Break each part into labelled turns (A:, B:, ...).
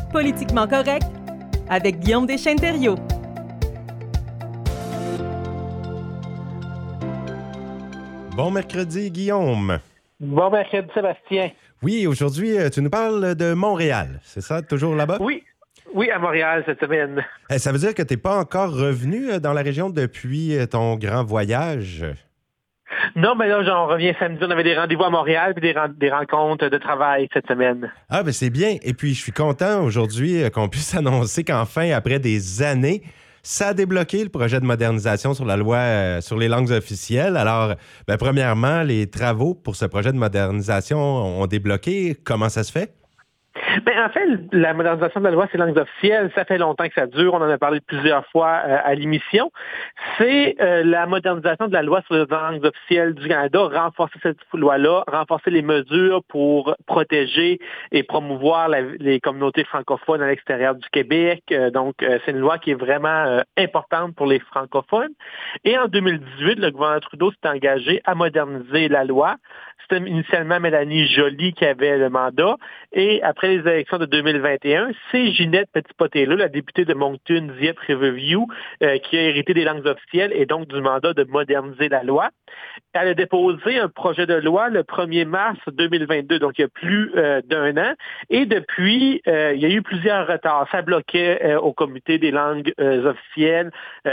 A: Politiquement correct avec Guillaume Deschênes-Thériault.
B: Bon mercredi, Guillaume.
C: Bon mercredi, Sébastien.
B: Oui, aujourd'hui, tu nous parles de Montréal. C'est ça, toujours là-bas?
C: Oui, à Montréal cette semaine.
B: Ça veut dire que tu n'es pas encore revenu dans la région depuis ton grand voyage?
C: Non, mais là, j'en reviens samedi. On avait des rendez-vous à Montréal puis des rencontres de travail cette semaine.
B: Ah, ben c'est bien. Et puis, je suis content aujourd'hui qu'on puisse annoncer qu'enfin, après des années, ça a débloqué le projet de modernisation sur la loi sur les langues officielles. Alors, premièrement, les travaux pour ce projet de modernisation ont débloqué. Comment ça se fait?
C: En fait, la modernisation de la loi sur les langues officielles, ça fait longtemps que ça dure. On en a parlé plusieurs fois à l'émission. C'est la modernisation de la loi sur les langues officielles du Canada, renforcer cette loi-là, renforcer les mesures pour protéger et promouvoir les communautés francophones à l'extérieur du Québec. C'est une loi qui est vraiment importante pour les francophones. Et en 2018, le gouvernement Trudeau s'est engagé à moderniser la loi. C'était initialement Mélanie Joly qui avait le mandat. Et après les élections de 2021, c'est Ginette Petit-Potello, la députée de Moncton-Dieppe-Riverview, qui a hérité des langues officielles et donc du mandat de moderniser la loi. Elle a déposé un projet de loi le 1er mars 2022, donc il y a plus d'un an. Et depuis, il y a eu plusieurs retards. Ça bloquait au comité des langues officielles.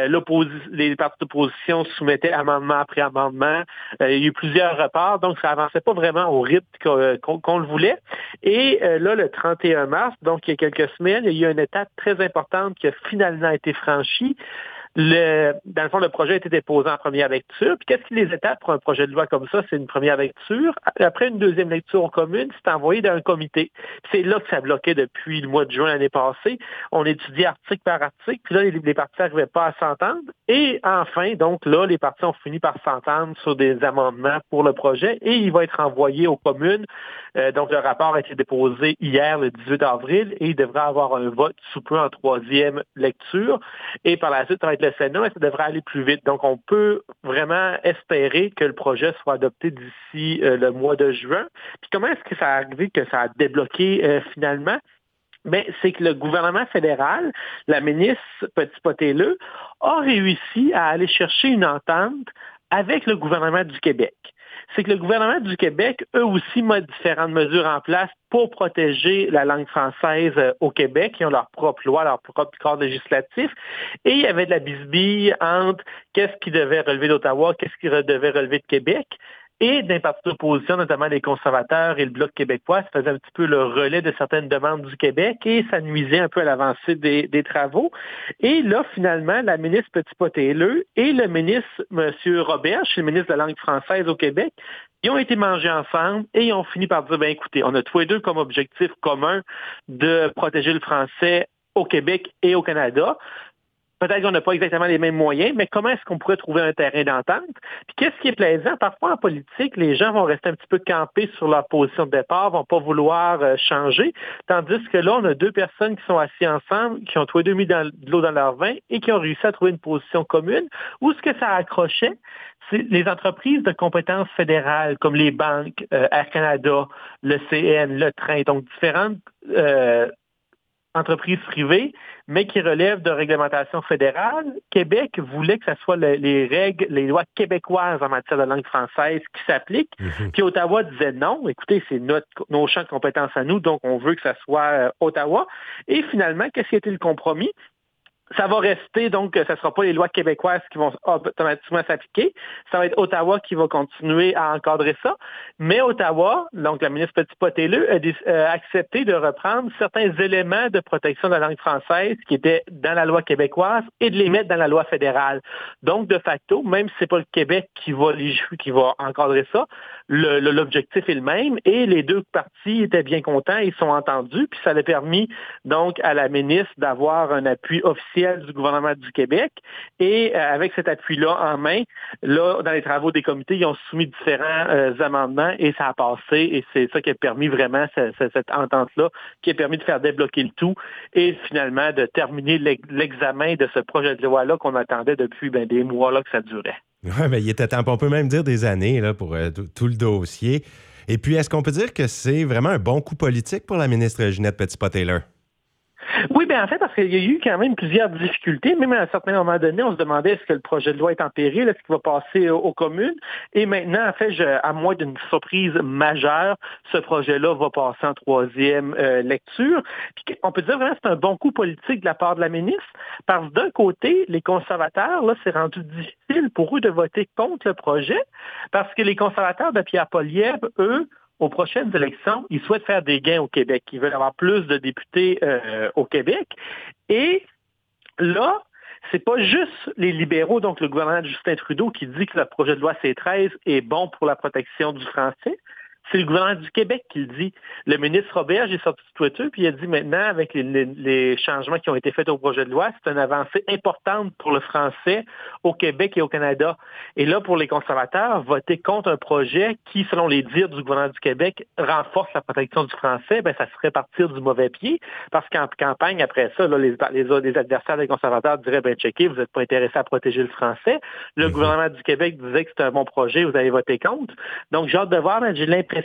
C: Les partis d'opposition soumettaient amendement après amendement. Il y a eu plusieurs retards, donc ça avançait pas vraiment au rythme qu'on le voulait. Et là, le 31 mars, donc il y a quelques semaines, il y a eu une étape très importante qui a finalement été franchie. Dans le fond, le projet a été déposé en première lecture. Puis qu'est-ce que les étapes pour un projet de loi comme ça? C'est une première lecture. Après une deuxième lecture commune, c'est envoyé dans un comité. Puis c'est là que ça bloquait depuis le mois de juin l'année passée. On étudiait article par article, puis là, les partis n'arrivaient pas à s'entendre. Et enfin, donc là, les partis ont fini par s'entendre sur des amendements pour le projet et il va être envoyé aux communes. Donc le rapport a été déposé hier, le 18 avril, et il devrait avoir un vote sous peu en troisième lecture. Et par la suite, ça va être le Sénat et ça devrait aller plus vite. Donc, on peut vraiment espérer que le projet soit adopté d'ici le mois de juin. Puis comment est-ce que ça a arrivé que ça a débloqué finalement? C'est que le gouvernement fédéral, la ministre Petit-Potello, a réussi à aller chercher une entente avec le gouvernement du Québec. C'est que le gouvernement du Québec, eux aussi, met différentes mesures en place pour protéger la langue française au Québec. Ils ont leur propre loi, leur propre corps législatif. Et il y avait de la bisbille entre qu'est-ce qui devait relever d'Ottawa, qu'est-ce qui devait relever de Québec. Et d'un parti d'opposition, notamment les conservateurs et le Bloc québécois, ça faisait un petit peu le relais de certaines demandes du Québec et ça nuisait un peu à l'avancée des travaux. Et là, finalement, la ministre Petit-Potello et le ministre, M. Roberge, le ministre de la langue française au Québec, ils ont été mangés ensemble et ils ont fini par dire, écoutez, on a tous les deux comme objectif commun de protéger le français au Québec et au Canada. Peut-être qu'on n'a pas exactement les mêmes moyens, mais comment est-ce qu'on pourrait trouver un terrain d'entente? Puis qu'est-ce qui est plaisant? Parfois en politique, les gens vont rester un petit peu campés sur leur position de départ, vont pas vouloir changer, tandis que là, on a deux personnes qui sont assises ensemble, qui ont tous les deux mis de l'eau dans leur vin et qui ont réussi à trouver une position commune. Où ce que ça accrochait? C'est les entreprises de compétences fédérales, comme les banques, Air Canada, le CN, le train, donc différentes entreprises privées, mais qui relèvent de réglementation fédérale. Québec voulait que ce soit les règles, les lois québécoises en matière de langue française qui s'appliquent. Puis Ottawa disait non, écoutez, c'est nos champs de compétences à nous, donc on veut que ça soit Ottawa. Et finalement, qu'est-ce qui a été le compromis? Ça va rester, donc, ça ne sera pas les lois québécoises qui vont automatiquement s'appliquer. Ça va être Ottawa qui va continuer à encadrer ça. Mais Ottawa, donc la ministre Petit-Potello, a accepté de reprendre certains éléments de protection de la langue française qui étaient dans la loi québécoise et de les mettre dans la loi fédérale. Donc, de facto, même si c'est pas le Québec qui va encadrer ça, l'objectif est le même et les deux partis étaient bien contents, ils sont entendus, puis ça a permis donc à la ministre d'avoir un appui officiel du gouvernement du Québec. Et avec cet appui-là en main, là, dans les travaux des comités, ils ont soumis différents amendements et ça a passé. Et c'est ça qui a permis vraiment cette entente-là, qui a permis de faire débloquer le tout et finalement de terminer l'examen de ce projet de loi-là qu'on attendait depuis des mois là que ça durait.
B: Oui, mais il était temps, on peut même dire des années là, pour tout le dossier. Et puis, est-ce qu'on peut dire que c'est vraiment un bon coup politique pour la ministre Ginette Petit-Potello?
C: Oui, bien en fait, parce qu'il y a eu quand même plusieurs difficultés. Même à un certain moment donné, on se demandait est-ce que le projet de loi est en péril, est-ce qu'il va passer aux communes. Et maintenant, en fait, à moins d'une surprise majeure, ce projet-là va passer en troisième lecture. Puis, on peut dire vraiment que c'est un bon coup politique de la part de la ministre, parce que d'un côté, les conservateurs, là, c'est rendu difficile pour eux de voter contre le projet, parce que les conservateurs de Pierre Poilievre, eux, aux prochaines élections, ils souhaitent faire des gains au Québec. Ils veulent avoir plus de députés au Québec. Et là, c'est pas juste les libéraux, donc le gouvernement de Justin Trudeau, qui dit que le projet de loi C-13 est bon pour la protection du français. C'est le gouvernement du Québec qui le dit. Le ministre Roberge est sorti de Twitter, puis il a dit maintenant, avec les changements qui ont été faits au projet de loi, c'est une avancée importante pour le français au Québec et au Canada. Et là, pour les conservateurs, voter contre un projet qui, selon les dires du gouvernement du Québec, renforce la protection du français, ben ça serait partir du mauvais pied, parce qu'en campagne, après ça, là, les adversaires des conservateurs diraient, ben checkez, vous n'êtes pas intéressés à protéger le français. Le gouvernement du Québec disait que c'était un bon projet, vous avez voté contre. Donc, j'ai hâte de voir, mais j'ai l'impression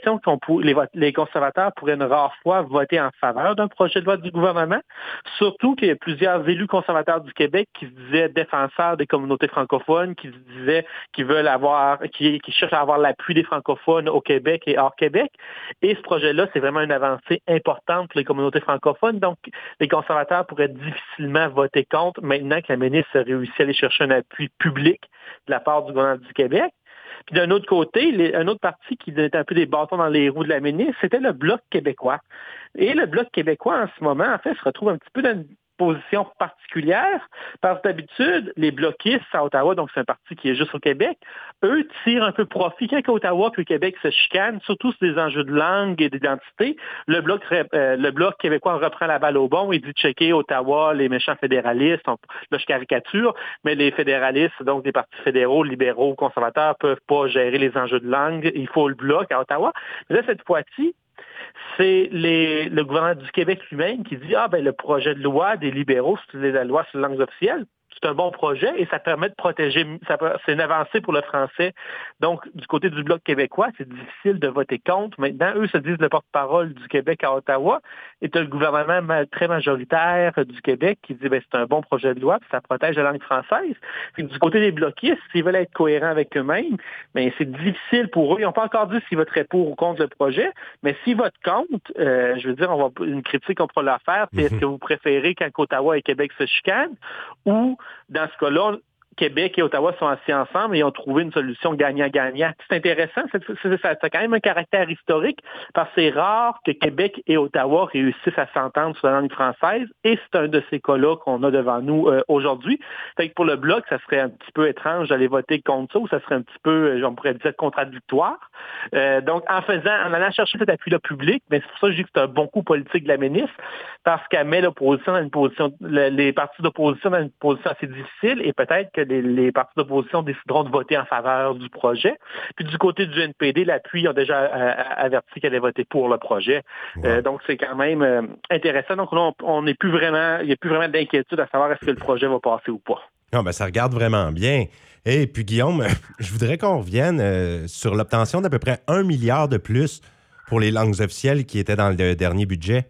C: les conservateurs pourraient une rare fois voter en faveur d'un projet de loi du gouvernement, surtout qu'il y a plusieurs élus conservateurs du Québec qui se disaient défenseurs des communautés francophones, qui se disaient qu'ils veulent qui cherchent à avoir l'appui des francophones au Québec et hors Québec. Et ce projet-là, c'est vraiment une avancée importante pour les communautés francophones. Donc, les conservateurs pourraient difficilement voter contre maintenant que la ministre a réussi à aller chercher un appui public de la part du gouvernement du Québec. Puis d'un autre côté, un autre parti qui donnait un peu des bâtons dans les roues de la ministre, c'était le Bloc québécois. Et le Bloc québécois, en ce moment, en fait, se retrouve un petit peu dans une position particulière, parce que d'habitude, les bloquistes à Ottawa, donc c'est un parti qui est juste au Québec, eux tirent un peu profit. Quand Ottawa puis le Québec se chicanent, surtout sur des enjeux de langue et d'identité, le bloc québécois reprend la balle au bon et dit checker Ottawa, les méchants fédéralistes, là je caricature, mais les fédéralistes, donc des partis fédéraux, libéraux, conservateurs, peuvent pas gérer les enjeux de langue, il faut le bloc à Ottawa. Mais là, cette fois-ci, c'est le gouvernement du Québec lui-même qui dit le projet de loi des libéraux, c'est la loi sur les langues officielles. C'est un bon projet et ça permet de protéger, c'est une avancée pour le français. Donc, du côté du Bloc québécois, c'est difficile de voter contre. Maintenant, eux se disent le porte-parole du Québec à Ottawa et tu as le gouvernement très majoritaire du Québec qui dit c'est un bon projet de loi puis ça protège la langue française. Puis du côté des bloquistes, s'ils veulent être cohérents avec eux-mêmes, mais c'est difficile pour eux. Ils n'ont pas encore dit s'ils voteraient pour ou contre le projet, mais s'ils votent contre, je veux dire, une critique qu'on pourra leur faire, c'est est-ce que vous préférez quand Ottawa et Québec se chicanent ou dans ce cas-là, Québec et Ottawa sont assis ensemble et ont trouvé une solution gagnant-gagnant. C'est intéressant, ça a quand même un caractère historique parce que c'est rare que Québec et Ottawa réussissent à s'entendre sur la langue française et c'est un de ces cas-là qu'on a devant nous aujourd'hui. Fait que pour le Bloc, ça serait un petit peu étrange d'aller voter contre ça ou ça serait un petit peu, on pourrait dire, contradictoire. Donc, en allant chercher cet appui-là public, c'est pour ça que je dis que c'est un bon coup politique de la ministre parce qu'elle met l'opposition dans une position, les partis d'opposition dans une position assez difficile et peut-être que les partis d'opposition décideront de voter en faveur du projet. Puis du côté du NPD, l'appui a déjà averti qu'elle allait voter pour le projet. Ouais. Donc c'est quand même intéressant. Donc là, il n'y a plus vraiment d'inquiétude à savoir est-ce que le projet va passer ou pas.
B: Non, ça regarde vraiment bien. Et puis Guillaume, je voudrais qu'on revienne sur l'obtention d'à peu près 1 milliard de plus pour les langues officielles qui étaient dans le dernier budget.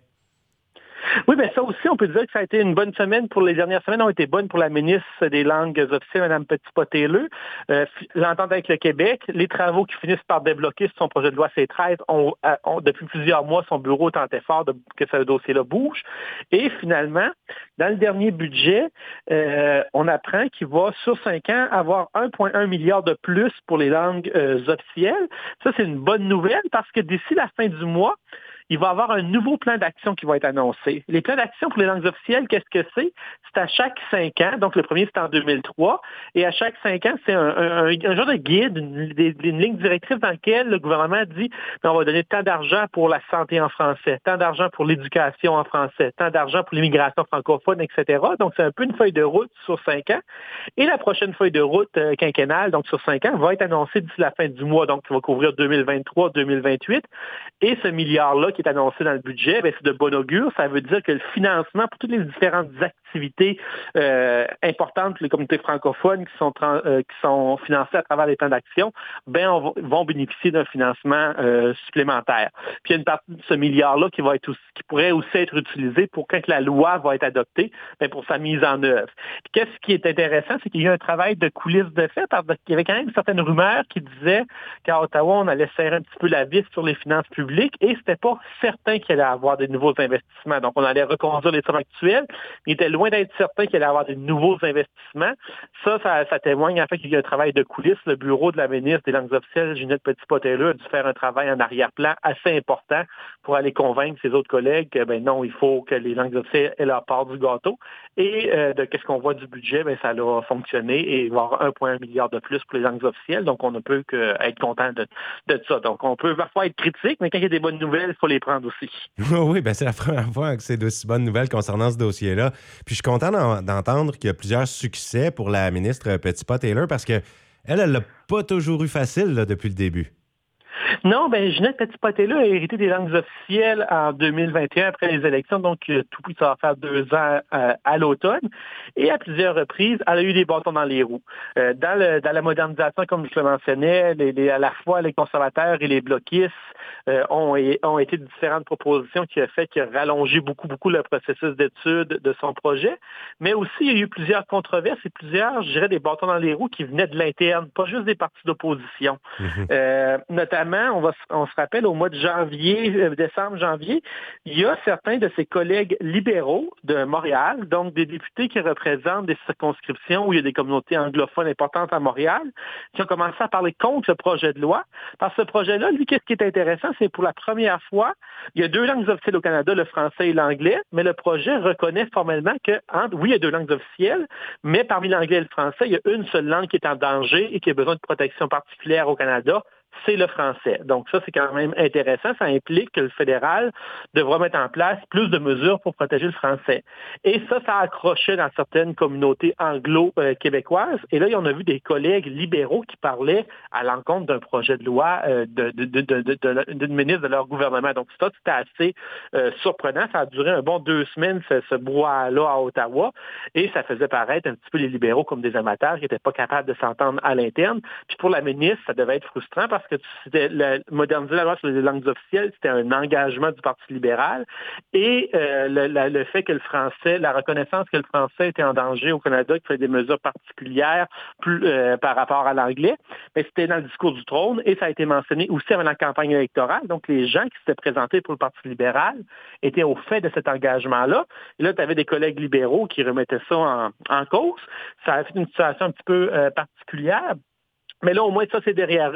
C: Oui, ça aussi, on peut dire que ça a été une bonne semaine. Pour les dernières semaines ont été bonnes pour la ministre des langues officielles, Mme Petit-Potéleux. L'entente avec le Québec, les travaux qui finissent par débloquer son projet de loi C-13 depuis plusieurs mois, son bureau tentait fort que ce dossier-là bouge. Et finalement, dans le dernier budget, on apprend qu'il va, sur 5 ans, avoir 1,1 milliard de plus pour les langues officielles. Ça, c'est une bonne nouvelle parce que d'ici la fin du mois, il va y avoir un nouveau plan d'action qui va être annoncé. Les plans d'action pour les langues officielles, qu'est-ce que c'est? C'est à chaque 5 ans. Donc, le premier, c'était en 2003. Et à chaque 5 ans, c'est un genre de guide, une ligne directrice dans laquelle le gouvernement dit on va donner tant d'argent pour la santé en français, tant d'argent pour l'éducation en français, tant d'argent pour l'immigration francophone, etc. Donc, c'est un peu une feuille de route sur 5 ans. Et la prochaine feuille de route quinquennale, donc sur 5 ans, va être annoncée d'ici la fin du mois. Donc, qui va couvrir 2023-2028. Et ce milliard-là, qui est annoncé dans le budget, c'est de bon augure. Ça veut dire que le financement pour toutes les différentes activités activités importantes pour les communautés francophones qui sont financées à travers les plans d'action, vont bénéficier d'un financement supplémentaire. Puis il y a une partie de ce milliard-là qui pourrait aussi être utilisé pour quand la loi va être adoptée, pour sa mise en œuvre. Puis qu'est-ce qui est intéressant, c'est qu'il y a un travail de coulisses de fait, parce qu'il y avait quand même certaines rumeurs qui disaient qu'à Ottawa, on allait serrer un petit peu la vis sur les finances publiques et c'était pas certain qu'il allait y avoir des nouveaux investissements. Donc, on allait reconduire les sommes actuelles, mais il était loin d'être certain qu'il allait y avoir des nouveaux investissements. Ça témoigne en fait qu'il y a un travail de coulisses. Le bureau de la ministre des langues officielles, Ginette Petitpas-Taylor, a dû faire un travail en arrière-plan assez important pour aller convaincre ses autres collègues que non, il faut que les langues officielles aient leur part du gâteau. Et de qu'est-ce qu'on voit du budget, ça a fonctionné et il va y avoir 1,1 milliard de plus pour les langues officielles. Donc, on ne peut qu'être content de ça. Donc, on peut parfois être critique, mais quand il y a des bonnes nouvelles, il faut les prendre aussi.
B: Oui, c'est la première fois que c'est d'aussi bonnes nouvelles concernant ce dossier-là. Puis je suis content d'entendre qu'il y a plusieurs succès pour la ministre Petitpas-Taylor parce que elle l'a pas toujours eu facile là, depuis le début.
C: Non, Ginette Petitpas-Taylor a hérité des langues officielles en 2021 après les élections, donc tout ça va faire 2 ans à l'automne. Et à plusieurs reprises, elle a eu des bâtons dans les roues. Dans la modernisation, comme je le mentionnais, à la fois les conservateurs et les bloquistes ont été différentes propositions qui ont rallongé beaucoup le processus d'étude de son projet. Mais aussi, il y a eu plusieurs controverses et je dirais, des bâtons dans les roues qui venaient de l'interne, pas juste des partis d'opposition. Notamment, on se rappelle, au mois de décembre-janvier, il y a certains de ses collègues libéraux de Montréal, donc des députés qui représentent des circonscriptions où il y a des communautés anglophones importantes à Montréal, qui ont commencé à parler contre le projet de loi. Parce que ce projet-là, lui, qu'est-ce qui est intéressant, c'est pour la première fois, il y a 2 langues officielles au Canada, le français et l'anglais, mais le projet reconnaît formellement que, oui, il y a 2 langues officielles, mais parmi l'anglais et le français, il y a une seule langue qui est en danger et qui a besoin de protection particulière au Canada, c'est le français. Donc ça, c'est quand même intéressant. Ça implique que le fédéral devra mettre en place plus de mesures pour protéger le français. Et ça accrochait dans certaines communautés anglo-québécoises. Et là, on a vu des collègues libéraux qui parlaient à l'encontre d'un projet de loi d'une ministre de leur gouvernement. Donc ça, c'était assez surprenant. Ça a duré un bon 2 semaines, ce brouhaha-là à Ottawa. Et ça faisait paraître un petit peu les libéraux comme des amateurs qui n'étaient pas capables de s'entendre à l'interne. Puis pour la ministre, ça devait être frustrant parce que moderniser la loi sur les langues officielles, c'était un engagement du Parti libéral. Et le fait que le français, la reconnaissance que le français était en danger au Canada, qu'il fallait des mesures particulières par rapport à l'anglais, mais c'était dans le discours du trône et ça a été mentionné aussi avant la campagne électorale. Donc, les gens qui s'étaient présentés pour le Parti libéral étaient au fait de cet engagement-là. Et là, tu avais des collègues libéraux qui remettaient ça en cause. Ça a fait une situation un petit peu particulière. Mais là, au moins, ça, c'est derrière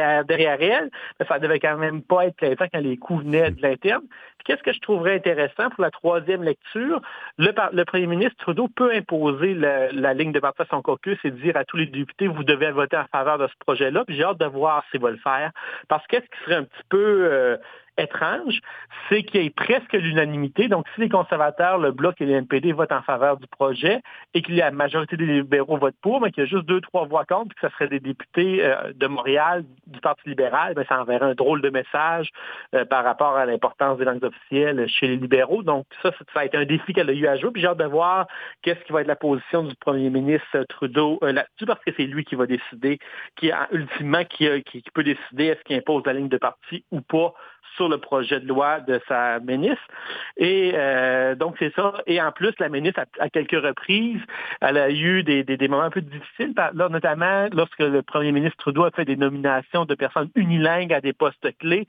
C: elle. Mais ça devait quand même pas être plaisant quand les coups venaient de l'interne. Puis qu'est-ce que je trouverais intéressant pour la 3e lecture? Le premier ministre Trudeau peut imposer la ligne de parti à son caucus et dire à tous les députés, vous devez voter en faveur de ce projet-là. Puis j'ai hâte de voir s'il va le faire. Parce que qu'est-ce qui serait un petit peu étrange, c'est qu'il y ait presque l'unanimité. Donc, si les conservateurs, le Bloc et les NPD votent en faveur du projet et que la majorité des libéraux votent pour, mais qu'il y a juste 2-3 voix contre, puis que ce serait des députés de Montréal, du Parti libéral, ça enverrait un drôle de message par rapport à l'importance des langues officielles chez les libéraux. Donc, ça a été un défi qu'elle a eu à jouer. Puis j'ai hâte de voir qu'est-ce qui va être la position du premier ministre Trudeau là-dessus, parce que c'est lui qui va décider, ultimement, qui peut décider est-ce qu'il impose la ligne de parti ou pas sur le projet de loi de sa ministre. Et donc, c'est ça. Et en plus, la ministre, à quelques reprises, elle a eu des moments un peu difficiles, là, notamment lorsque le premier ministre Trudeau a fait des nominations de personnes unilingues à des postes clés.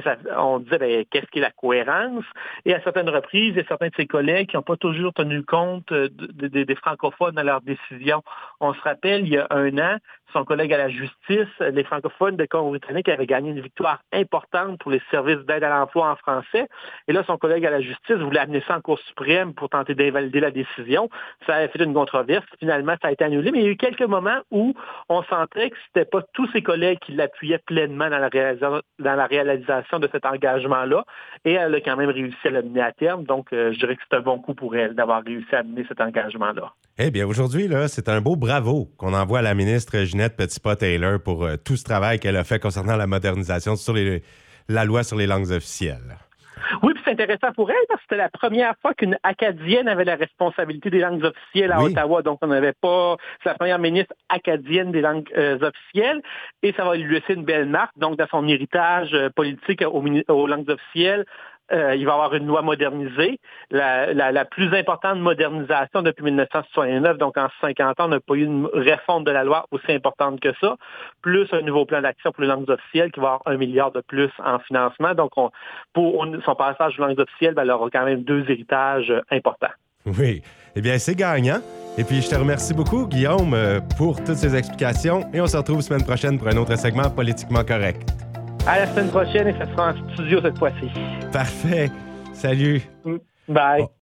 C: On disait, qu'est-ce qu'est la cohérence? Et à certaines reprises, il y a certains de ses collègues qui n'ont pas toujours tenu compte des francophones dans leurs décisions. On se rappelle, il y a 1 an, son collègue à la justice, les francophones de Colombie-Britannique avaient gagné une victoire importante pour les services d'aide à l'emploi en français. Et là, son collègue à la justice voulait amener ça en Cour suprême pour tenter d'invalider la décision. Ça a fait une controverse. Finalement, ça a été annulé. Mais il y a eu quelques moments où on sentait que c'était pas tous ses collègues qui l'appuyaient pleinement dans la réalisation de cet engagement-là. Et elle a quand même réussi à l'amener à terme. Donc, je dirais que c'est un bon coup pour elle d'avoir réussi à amener cet engagement-là.
B: Eh bien, aujourd'hui, là, c'est un beau bravo qu'on envoie à la ministre Ginette Petitpas-Taylor pour tout ce travail qu'elle a fait concernant la modernisation sur la loi sur les langues officielles.
C: Oui, puis c'est intéressant pour elle parce que c'était la première fois qu'une Acadienne avait la responsabilité des langues officielles à Ottawa. Donc, on n'avait pas... C'est la première ministre acadienne des langues officielles et ça va lui laisser une belle marque. Donc, dans son héritage politique aux langues officielles, il va y avoir une loi modernisée, la plus importante modernisation depuis 1969. Donc, en 50 ans, on n'a pas eu une réforme de la loi aussi importante que ça, plus un nouveau plan d'action pour les langues officielles qui va avoir 1 milliard de plus en financement. Donc, pour son passage aux langues officielles, elle aura quand même 2 héritages importants.
B: Oui. Eh bien, c'est gagnant. Et puis, je te remercie beaucoup, Guillaume, pour toutes ces explications. Et on se retrouve semaine prochaine pour un autre segment politiquement correct.
C: À la semaine prochaine et ça sera en studio cette fois-ci.
B: Parfait. Salut.
C: Bye.